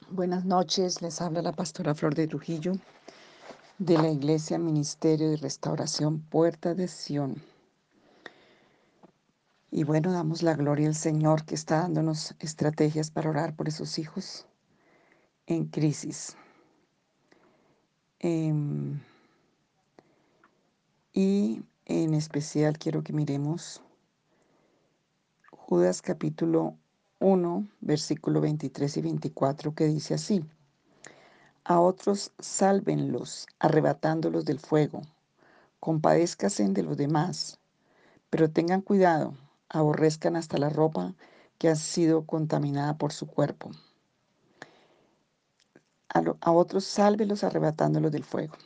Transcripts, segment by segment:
Buenas noches, les habla la pastora Flor de Trujillo de la Iglesia Ministerio de Restauración Puerta de Sión. Y bueno, damos la gloria al Señor que está dándonos estrategias para orar por esos hijos en crisis. Y en especial quiero que miremos Judas capítulo 1, versículo 23 y 24, que dice así: A otros sálvenlos, arrebatándolos del fuego. Compadézcanse de los demás, pero tengan cuidado, aborrezcan hasta la ropa que ha sido contaminada por su cuerpo. A otros sálvelos arrebatándolos del fuego.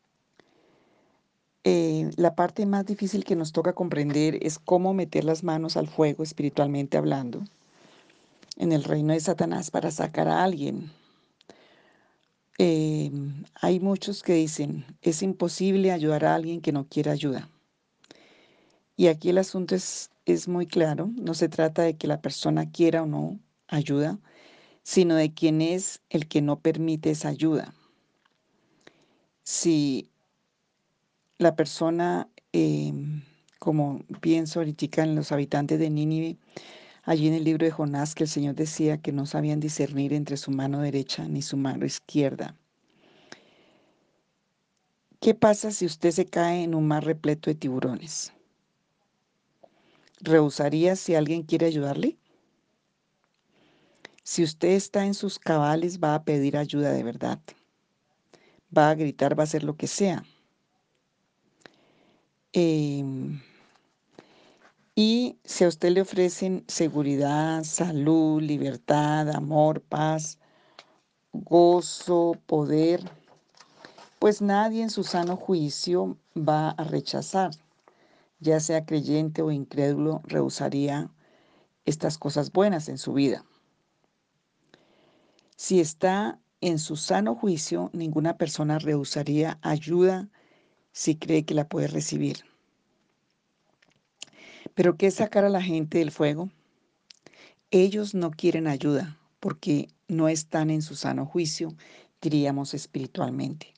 La parte más difícil que nos toca comprender es cómo meter las manos al fuego, espiritualmente hablando, en el reino de Satanás para sacar a alguien. Hay muchos que dicen, es imposible ayudar a alguien que no quiere ayuda. Y aquí el asunto es muy claro, no se trata de que la persona quiera o no ayuda, sino de quién es el que no permite esa ayuda. Si la persona, como pienso ahorita en los habitantes de Nínive, allí en el libro de Jonás, que el Señor decía que no sabían discernir entre su mano derecha ni su mano izquierda. ¿Qué pasa si usted se cae en un mar repleto de tiburones? ¿Rehusaría si alguien quiere ayudarle? Si usted está en sus cabales, va a pedir ayuda de verdad. Va a gritar, va a hacer lo que sea. Y si a usted le ofrecen seguridad, salud, libertad, amor, paz, gozo, poder, pues nadie en su sano juicio va a rechazar, ya sea creyente o incrédulo, rehusaría estas cosas buenas en su vida. Si está en su sano juicio, ninguna persona rehusaría ayuda si cree que la puede recibir. ¿Pero qué es sacar a la gente del fuego? Ellos no quieren ayuda porque no están en su sano juicio, diríamos espiritualmente.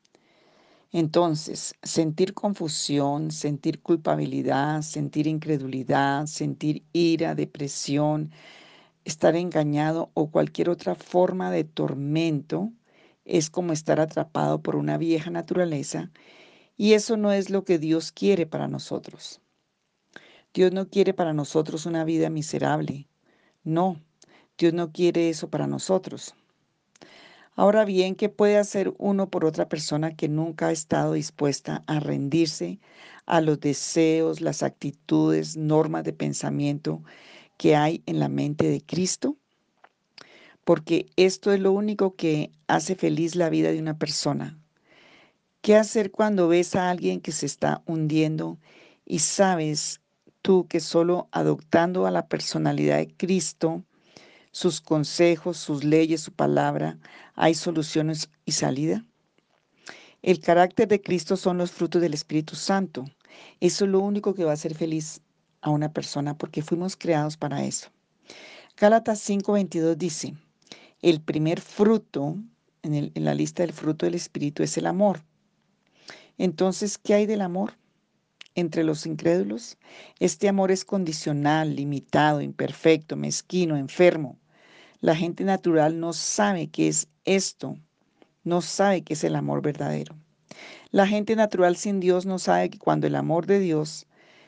Entonces, sentir confusión, sentir culpabilidad, sentir incredulidad, sentir ira, depresión, estar engañado o cualquier otra forma de tormento es como estar atrapado por una vieja naturaleza, y eso no es lo que Dios quiere para nosotros. Dios no quiere para nosotros una vida miserable. No, Dios no quiere eso para nosotros. Ahora bien, ¿qué puede hacer uno por otra persona que nunca ha estado dispuesta a rendirse a los deseos, las actitudes, normas de pensamiento que hay en la mente de Cristo? Porque esto es lo único que hace feliz la vida de una persona. ¿Qué hacer cuando ves a alguien que se está hundiendo y sabes tú que solo adoptando a la personalidad de Cristo, sus consejos, sus leyes, su palabra, hay soluciones y salida? El carácter de Cristo son los frutos del Espíritu Santo. Eso es lo único que va a hacer feliz a una persona porque fuimos creados para eso. Gálatas 5:22 dice, el primer fruto en la lista del fruto del Espíritu es el amor. Entonces, ¿qué hay del amor entre los incrédulos? Este amor es condicional, limitado, imperfecto, mezquino, enfermo. La gente natural no sabe qué es esto, no sabe qué es el amor verdadero. La gente natural sin Dios no sabe que cuando el amor de Dios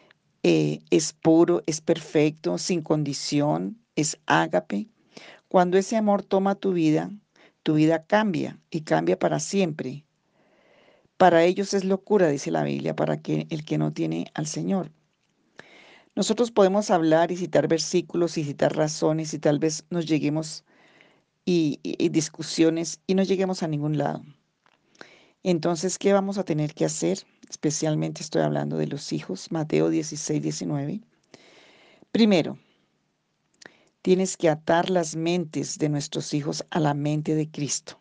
es puro, es perfecto, sin condición, es ágape, cuando ese amor toma tu vida cambia y cambia para siempre. Para ellos es locura, dice la Biblia, para que el que no tiene al Señor. Nosotros podemos hablar y citar versículos y citar razones y tal vez nos lleguemos y discusiones y no lleguemos a ningún lado. Entonces, ¿qué vamos a tener que hacer? Especialmente estoy hablando de los hijos, Mateo 16:19. Primero, tienes que atar las mentes de nuestros hijos a la mente de Cristo.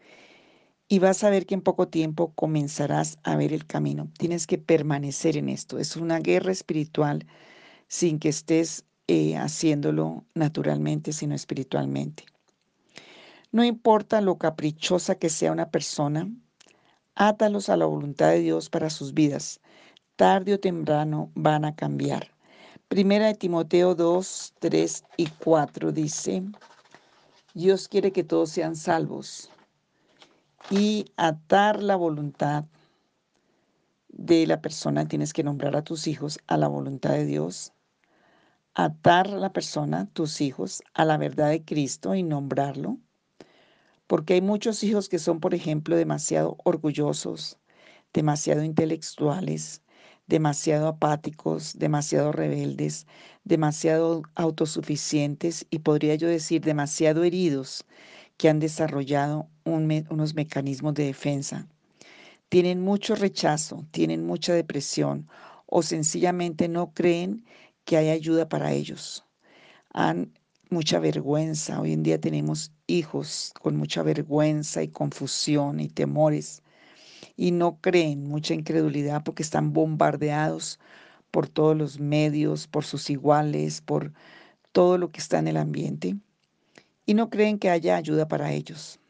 Y vas a ver que en poco tiempo comenzarás a ver el camino. Tienes que permanecer en esto. Es una guerra espiritual sin que estés haciéndolo naturalmente, sino espiritualmente. No importa lo caprichosa que sea una persona, átalos a la voluntad de Dios para sus vidas. Tarde o temprano van a cambiar. Primera de Timoteo 2, 3 y 4 dice, Dios quiere que todos sean salvos y atar la voluntad de la persona, tienes que nombrar a tus hijos a la voluntad de Dios, atar a la persona, tus hijos, a la verdad de Cristo y nombrarlo, porque hay muchos hijos que son, por ejemplo, demasiado orgullosos, demasiado intelectuales, demasiado apáticos, demasiado rebeldes, demasiado autosuficientes y podría yo decir demasiado heridos que han desarrollado unos mecanismos de defensa. Tienen mucho rechazo, tienen mucha depresión o sencillamente no creen que hay ayuda para ellos. Han mucha vergüenza. Hoy en día tenemos hijos con mucha vergüenza y confusión y temores y no creen, mucha incredulidad porque están bombardeados por todos los medios, por sus iguales, por todo lo que está en el ambiente y no creen que haya ayuda para ellos.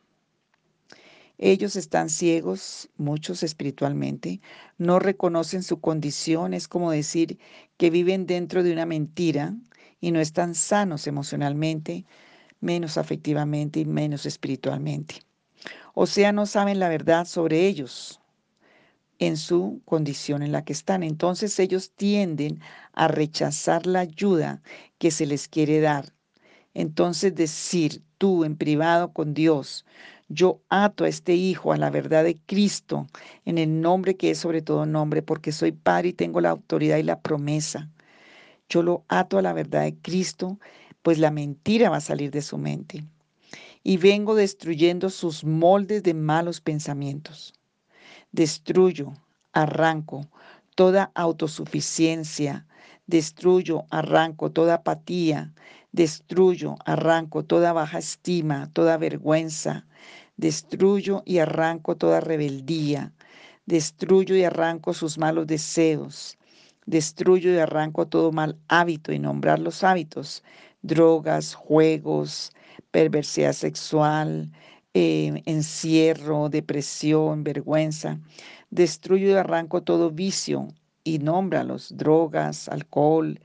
Ellos están ciegos, muchos espiritualmente, no reconocen su condición, es como decir que viven dentro de una mentira y no están sanos emocionalmente, menos afectivamente y menos espiritualmente. O sea, no saben la verdad sobre ellos en su condición en la que están. Entonces ellos tienden a rechazar la ayuda que se les quiere dar. Entonces decir tú en privado con Dios, yo ato a este hijo a la verdad de Cristo en el nombre que es sobre todo nombre, porque soy padre y tengo la autoridad y la promesa. Yo lo ato a la verdad de Cristo, pues la mentira va a salir de su mente. Y vengo destruyendo sus moldes de malos pensamientos. Destruyo, arranco toda autosuficiencia, destruyo, arranco toda apatía, destruyo, arranco toda baja estima, toda vergüenza, destruyo y arranco toda rebeldía, destruyo y arranco sus malos deseos, destruyo y arranco todo mal hábito y nombrar los hábitos, drogas, juegos, perversidad sexual, encierro, depresión, vergüenza. Destruyo y arranco todo vicio y nómbralos, drogas, alcohol,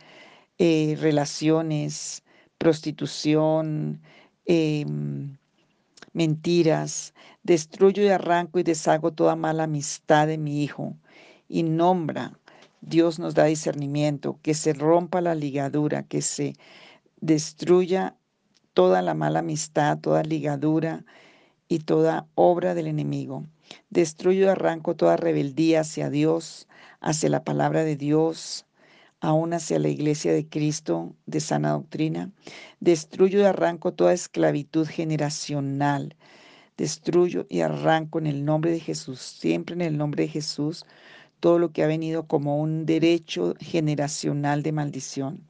relaciones, prostitución, mentiras. Destruyo y arranco y deshago toda mala amistad de mi hijo y nombra. Dios nos da discernimiento, que se rompa la ligadura, que se destruya toda la mala amistad, toda ligadura y toda obra del enemigo. Destruyo y arranco toda rebeldía hacia Dios, hacia la palabra de Dios, aún hacia la iglesia de Cristo de sana doctrina. Destruyo y arranco toda esclavitud generacional. Destruyo y arranco en el nombre de Jesús, siempre en el nombre de Jesús, todo lo que ha venido como un derecho generacional de maldición.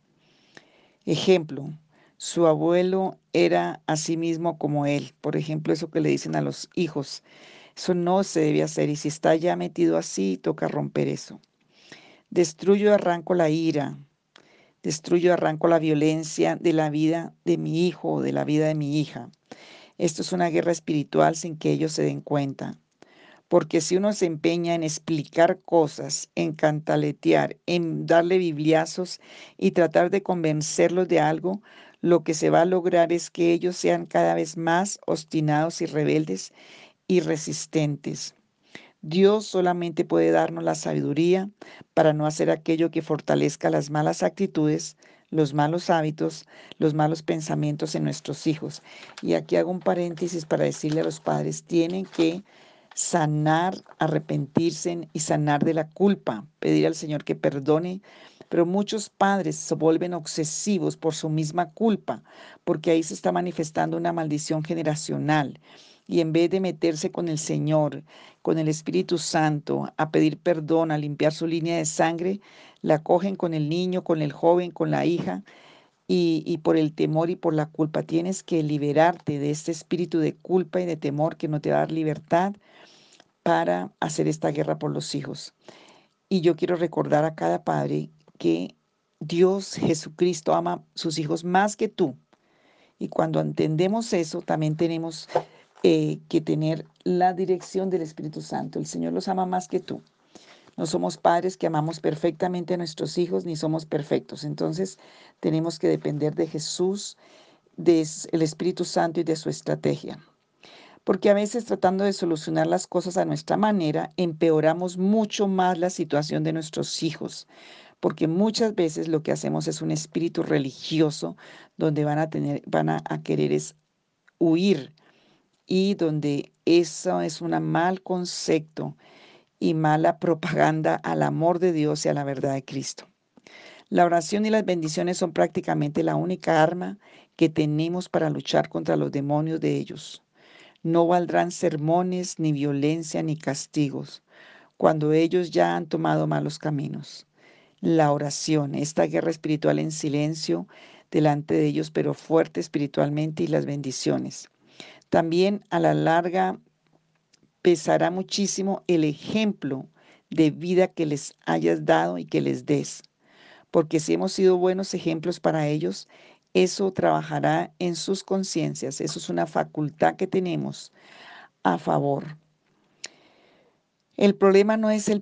Ejemplo, su abuelo era así mismo como él. Por ejemplo, eso que le dicen a los hijos. Eso no se debe hacer y si está ya metido así, toca romper eso. Destruyo y arranco la ira. Destruyo y arranco la violencia de la vida de mi hijo o de la vida de mi hija. Esto es una guerra espiritual sin que ellos se den cuenta. Porque si uno se empeña en explicar cosas, en cantaletear, en darle bibliazos y tratar de convencerlos de algo, lo que se va a lograr es que ellos sean cada vez más obstinados y rebeldes y resistentes. Dios solamente puede darnos la sabiduría para no hacer aquello que fortalezca las malas actitudes, los malos hábitos, los malos pensamientos en nuestros hijos. Y aquí hago un paréntesis para decirle a los padres, tienen que sanar, arrepentirse y sanar de la culpa, pedir al Señor que perdone. Pero muchos padres se vuelven obsesivos por su misma culpa, porque ahí se está manifestando una maldición generacional. Y en vez de meterse con el Señor, con el Espíritu Santo, a pedir perdón, a limpiar su línea de sangre, la cogen con el niño, con el joven, con la hija, y por el temor y por la culpa. Tienes que liberarte de este espíritu de culpa y de temor que no te va a dar libertad para hacer esta guerra por los hijos. Y yo quiero recordar a cada padre que Dios Jesucristo ama a sus hijos más que tú Y cuando entendemos eso, también tenemos que tener la dirección del Espíritu Santo. El Señor los ama más que tú. No somos padres que amamos perfectamente a nuestros hijos, ni somos perfectos. Entonces, tenemos que depender de Jesús, del Espíritu Santo y de su estrategia. Porque a veces tratando de solucionar las cosas a nuestra manera, empeoramos mucho más la situación de nuestros hijos. Porque muchas veces lo que hacemos es un espíritu religioso donde van a querer es huir, y donde eso es un mal concepto y mala propaganda al amor de Dios y a la verdad de Cristo. La oración y las bendiciones son prácticamente la única arma que tenemos para luchar contra los demonios de ellos. No valdrán sermones, ni violencia, ni castigos, cuando ellos ya han tomado malos caminos. La oración, esta guerra espiritual en silencio delante de ellos, pero fuerte espiritualmente, y las bendiciones. También a la larga pesará muchísimo el ejemplo de vida que les hayas dado y que les des, porque si hemos sido buenos ejemplos para ellos, eso trabajará en sus conciencias. Eso es una facultad que tenemos a favor. El problema no es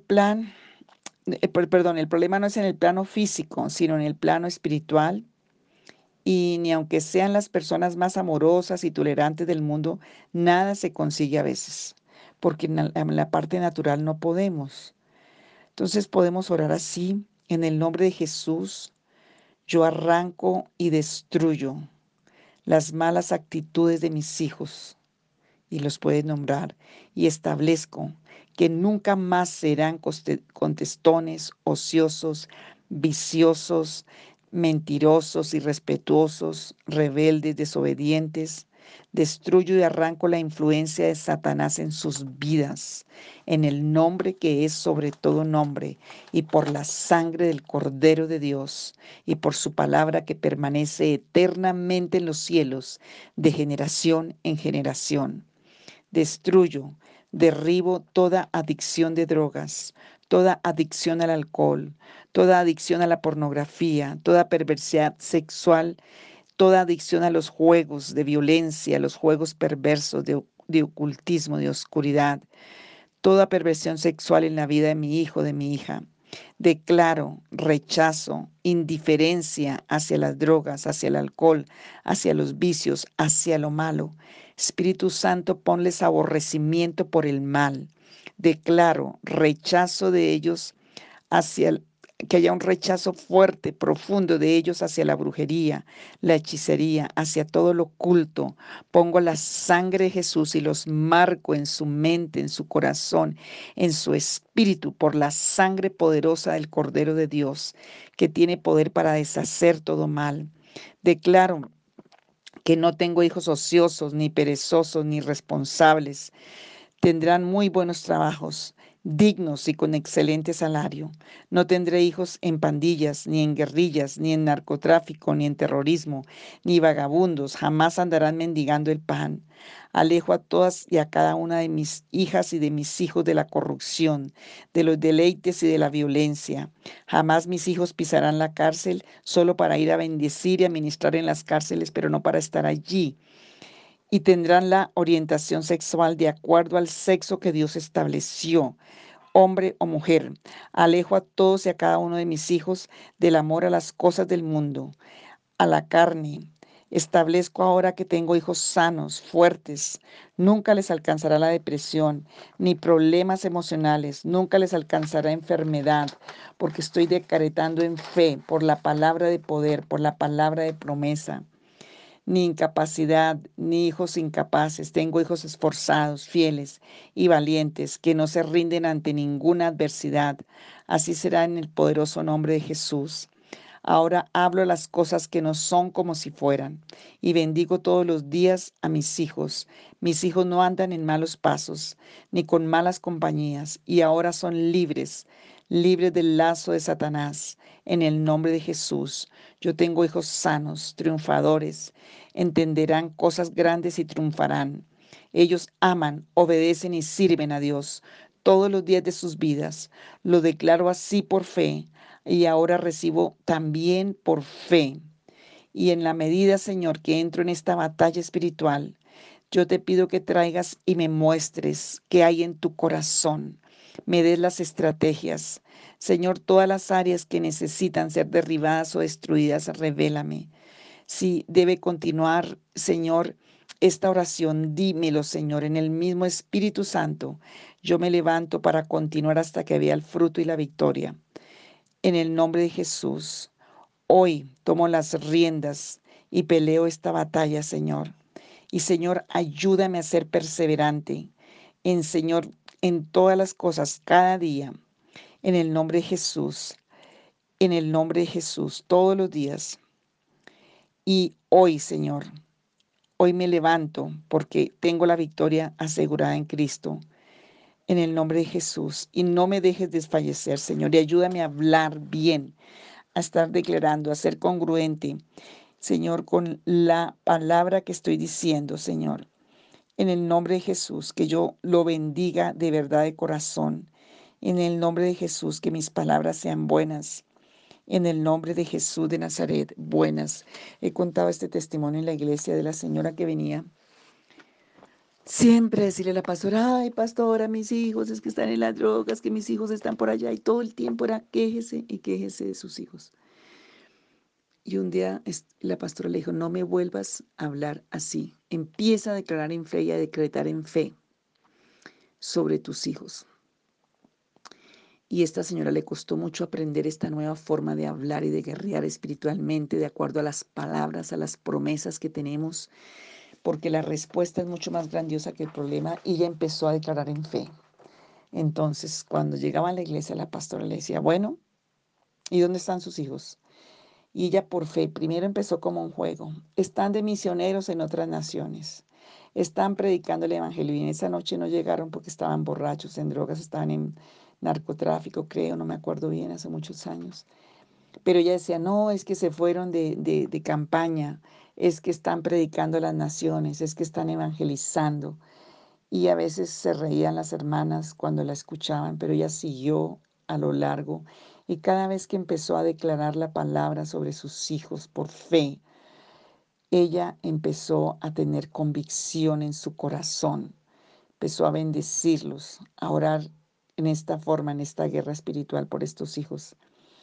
el problema no es en el plano físico, sino en el plano espiritual. Y ni aunque sean las personas más amorosas y tolerantes del mundo, nada se consigue a veces, porque en la parte natural no podemos. Entonces podemos orar así: en el nombre de Jesús, yo arranco y destruyo las malas actitudes de mis hijos, y los puedes nombrar, y establezco que nunca más serán contestones, ociosos, viciosos, mentirosos, irrespetuosos, rebeldes, desobedientes. Destruyo y arranco la influencia de Satanás en sus vidas, en el nombre que es sobre todo nombre, y por la sangre del Cordero de Dios, y por su palabra que permanece eternamente en los cielos, de generación en generación. Destruyo, derribo toda adicción de drogas, toda adicción al alcohol, toda adicción a la pornografía, toda perversidad sexual, toda adicción a los juegos de violencia, los juegos perversos de ocultismo, de oscuridad, toda perversión sexual en la vida de mi hijo, de mi hija. Declaro rechazo, indiferencia hacia las drogas, hacia el alcohol, hacia los vicios, hacia lo malo. Espíritu Santo, ponles aborrecimiento por el mal. Declaro rechazo de ellos hacia que haya un rechazo fuerte, profundo de ellos hacia la brujería, la hechicería, hacia todo lo oculto. Pongo la sangre de Jesús y los marco en su mente, en su corazón, en su espíritu, por la sangre poderosa del Cordero de Dios, que tiene poder para deshacer todo mal. Declaro que no tengo hijos ociosos, ni perezosos, ni responsables. Tendrán muy buenos trabajos, dignos y con excelente salario. No tendré hijos en pandillas, ni en guerrillas, ni en narcotráfico, ni en terrorismo, ni vagabundos. Jamás andarán mendigando el pan. Alejo a todas y a cada una de mis hijas y de mis hijos de la corrupción, de los deleites y de la violencia. Jamás mis hijos pisarán la cárcel solo para ir a bendecir y a ministrar en las cárceles, pero no para estar allí, y tendrán la orientación sexual de acuerdo al sexo que Dios estableció, hombre o mujer. Alejo a todos y a cada uno de mis hijos del amor a las cosas del mundo, a la carne. Establezco ahora que tengo hijos sanos, fuertes. Nunca les alcanzará la depresión, ni problemas emocionales. Nunca les alcanzará enfermedad, porque estoy decretando en fe, por la palabra de poder, por la palabra de promesa. Ni incapacidad, ni hijos incapaces. Tengo hijos esforzados, fieles y valientes, que no se rinden ante ninguna adversidad. Así será en el poderoso nombre de Jesús. Ahora hablo las cosas que no son como si fueran, y bendigo todos los días a mis hijos. Mis hijos no andan en malos pasos, ni con malas compañías, y ahora son libres, libres del lazo de Satanás, en el nombre de Jesús. Yo tengo hijos sanos, triunfadores, entenderán cosas grandes y triunfarán. Ellos aman, obedecen y sirven a Dios todos los días de sus vidas. Lo declaro así por fe, y ahora recibo también por fe. Y en la medida, Señor, que entro en esta batalla espiritual, yo te pido que traigas y me muestres qué hay en tu corazón. Me des las estrategias. Señor, todas las áreas que necesitan ser derribadas o destruidas, revélame. Si debe continuar, Señor, esta oración, dímelo, Señor, en el mismo Espíritu Santo. Yo me levanto para continuar hasta que vea el fruto y la victoria. En el nombre de Jesús, hoy tomo las riendas y peleo esta batalla, Señor. Y Señor, ayúdame a ser perseverante en Señor, en todas las cosas, cada día, en el nombre de Jesús, en el nombre de Jesús, todos los días. Y hoy, Señor, hoy me levanto porque tengo la victoria asegurada en Cristo, en el nombre de Jesús. Y no me dejes desfallecer, Señor, y ayúdame a hablar bien, a estar declarando, a ser congruente, Señor, con la palabra que estoy diciendo, Señor. En el nombre de Jesús, que yo lo bendiga de verdad de corazón. En el nombre de Jesús, que mis palabras sean buenas. En el nombre de Jesús de Nazaret, buenas. He contado este testimonio en la iglesia de la señora que venía siempre a decirle a la pastora, ay, pastora, mis hijos es que están en las drogas, que mis hijos están por allá. Y todo el tiempo era quéjese y quéjese de sus hijos. Y un día la pastora le dijo, no me vuelvas a hablar así. Empieza a declarar en fe y a decretar en fe sobre tus hijos. Y esta señora le costó mucho aprender esta nueva forma de hablar y de guerrear espiritualmente de acuerdo a las palabras, a las promesas que tenemos, porque la respuesta es mucho más grandiosa que el problema y ella empezó a declarar en fe. Entonces, cuando llegaba a la iglesia, la pastora le decía, bueno, ¿y dónde están sus hijos? Y ella por fe, primero empezó como un juego. Están de misioneros en otras naciones. Están predicando el evangelio y en esa noche no llegaron porque estaban borrachos, en drogas, estaban en narcotráfico, creo, no me acuerdo bien, hace muchos años. Pero ella decía, no, es que se fueron de campaña, es que están predicando a las naciones, es que están evangelizando. Y a veces se reían las hermanas cuando la escuchaban, pero ella siguió a lo largo y cada vez que empezó a declarar la palabra sobre sus hijos por fe, ella empezó a tener convicción en su corazón, empezó a bendecirlos, a orar en esta forma, en esta guerra espiritual por estos hijos.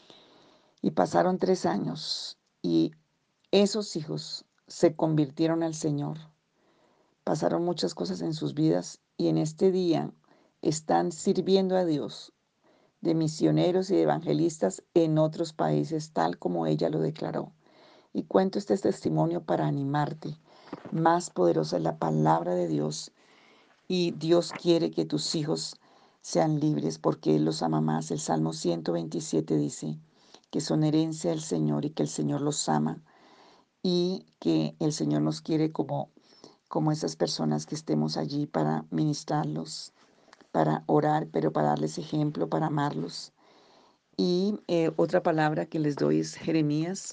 Y pasaron 3 años y esos hijos se convirtieron al Señor. Pasaron muchas cosas en sus vidas y en este día están sirviendo a Dios de misioneros y de evangelistas en otros países, tal como ella lo declaró. Y cuento este testimonio para animarte. Más poderosa es la palabra de Dios y Dios quiere que tus hijos sean libres porque Él los ama más. El Salmo 127 dice que son herencia del Señor y que el Señor los ama y que el Señor nos quiere como esas personas que estemos allí para ministrarlos, para orar, pero para darles ejemplo, para amarlos. Y otra palabra que les doy es Jeremías,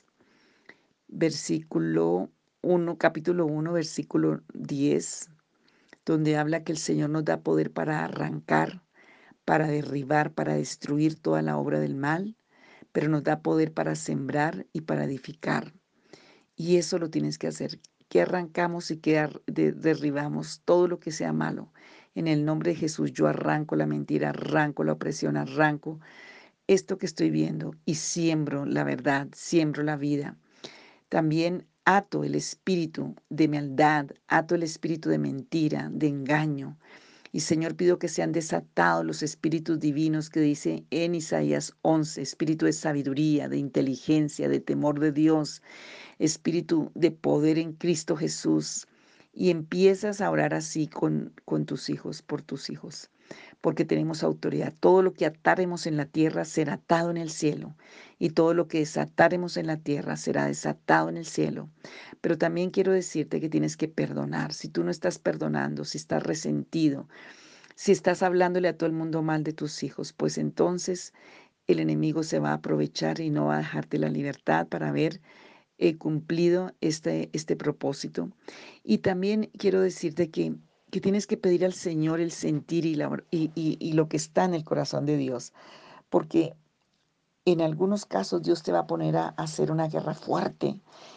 versículo 1, capítulo 1, versículo 10, donde habla que el Señor nos da poder para arrancar, para derribar, para destruir toda la obra del mal, pero nos da poder para sembrar y para edificar. Y eso lo tienes que hacer, que arrancamos y que derribamos todo lo que sea malo. En el nombre de Jesús yo arranco la mentira, arranco la opresión, arranco esto que estoy viendo y siembro la verdad, siembro la vida. También ato el espíritu de maldad, ato el espíritu de mentira, de engaño. Y Señor, pido que sean desatados los espíritus divinos que dice en Isaías 11, espíritu de sabiduría, de inteligencia, de temor de Dios, espíritu de poder en Cristo Jesús. Y empiezas a orar así con tus hijos, por tus hijos, porque tenemos autoridad. Todo lo que ataremos en la tierra será atado en el cielo, y todo lo que desataremos en la tierra será desatado en el cielo. Pero también quiero decirte que tienes que perdonar. Si tú no estás perdonando, si estás resentido, si estás hablándole a todo el mundo mal de tus hijos, pues entonces el enemigo se va a aprovechar y no va a dejarte la libertad para ver cumplido este propósito. Y también quiero decirte que tienes que pedir al Señor el sentir y lo que está en el corazón de Dios, porque en algunos casos Dios te va a poner a hacer una guerra fuerte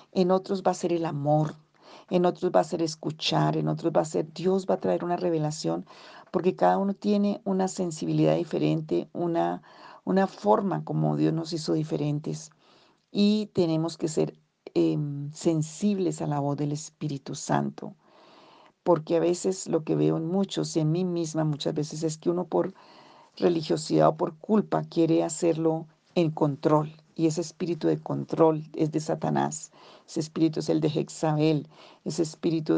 en otros va a ser el amor, en otros va a ser escuchar, en otros va a ser Dios va a traer una revelación, porque cada uno tiene una sensibilidad diferente, una forma como Dios nos hizo diferentes y tenemos que ser sensibles a la voz del Espíritu Santo, porque a veces lo que veo en muchos y en mí misma muchas veces es que uno por religiosidad o por culpa quiere hacerlo en control. Y ese espíritu de control es de Satanás. Ese espíritu es el de Jezabel. Ese espíritu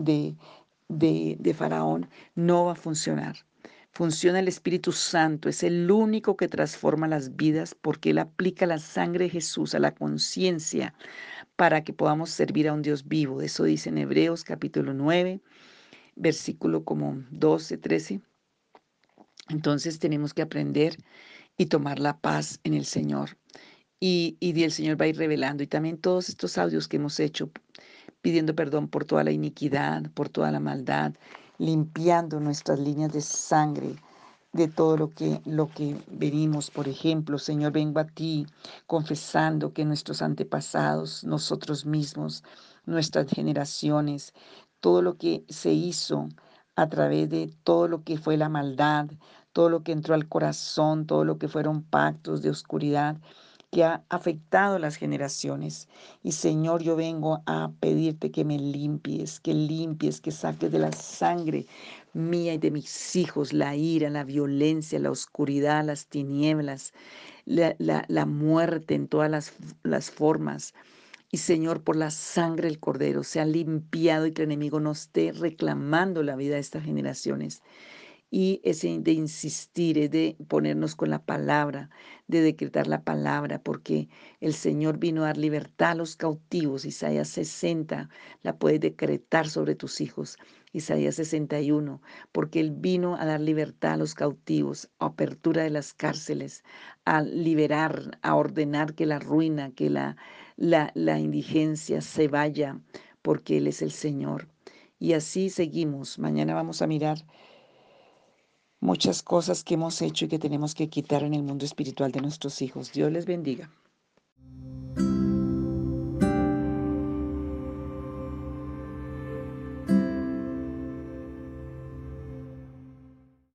de Faraón no va a funcionar. Funciona el Espíritu Santo, es el único que transforma las vidas porque Él aplica la sangre de Jesús a la conciencia para que podamos servir a un Dios vivo. Eso dice en Hebreos capítulo 9, versículo como 12, 13. Entonces tenemos que aprender y tomar la paz en el Señor. Y el Señor va a ir revelando. Y también todos estos audios que hemos hecho pidiendo perdón por toda la iniquidad, por toda la maldad, limpiando nuestras líneas de sangre de todo lo que venimos. Por ejemplo, Señor, vengo a ti confesando que nuestros antepasados, nosotros mismos, nuestras generaciones, todo lo que se hizo a través de todo lo que fue la maldad, todo lo que entró al corazón, todo lo que fueron pactos de oscuridad que ha afectado las generaciones. Y Señor, yo vengo a pedirte que me limpies, que saques de la sangre mía y de mis hijos la ira, la violencia, la oscuridad, las tinieblas, la muerte en todas las formas. Y Señor, por la sangre del Cordero, sea limpiado y que el enemigo no esté reclamando la vida de estas generaciones. Y ese de insistir, es de ponernos con la palabra, de decretar la palabra, porque el Señor vino a dar libertad a los cautivos. Isaías 60 la puedes decretar sobre tus hijos. Isaías 61, porque Él vino a dar libertad a los cautivos, apertura de las cárceles, a liberar, a ordenar que la ruina, que la indigencia se vaya, porque Él es el Señor. Y así seguimos. Mañana vamos a mirar muchas cosas que hemos hecho y que tenemos que quitar en el mundo espiritual de nuestros hijos. Dios les bendiga.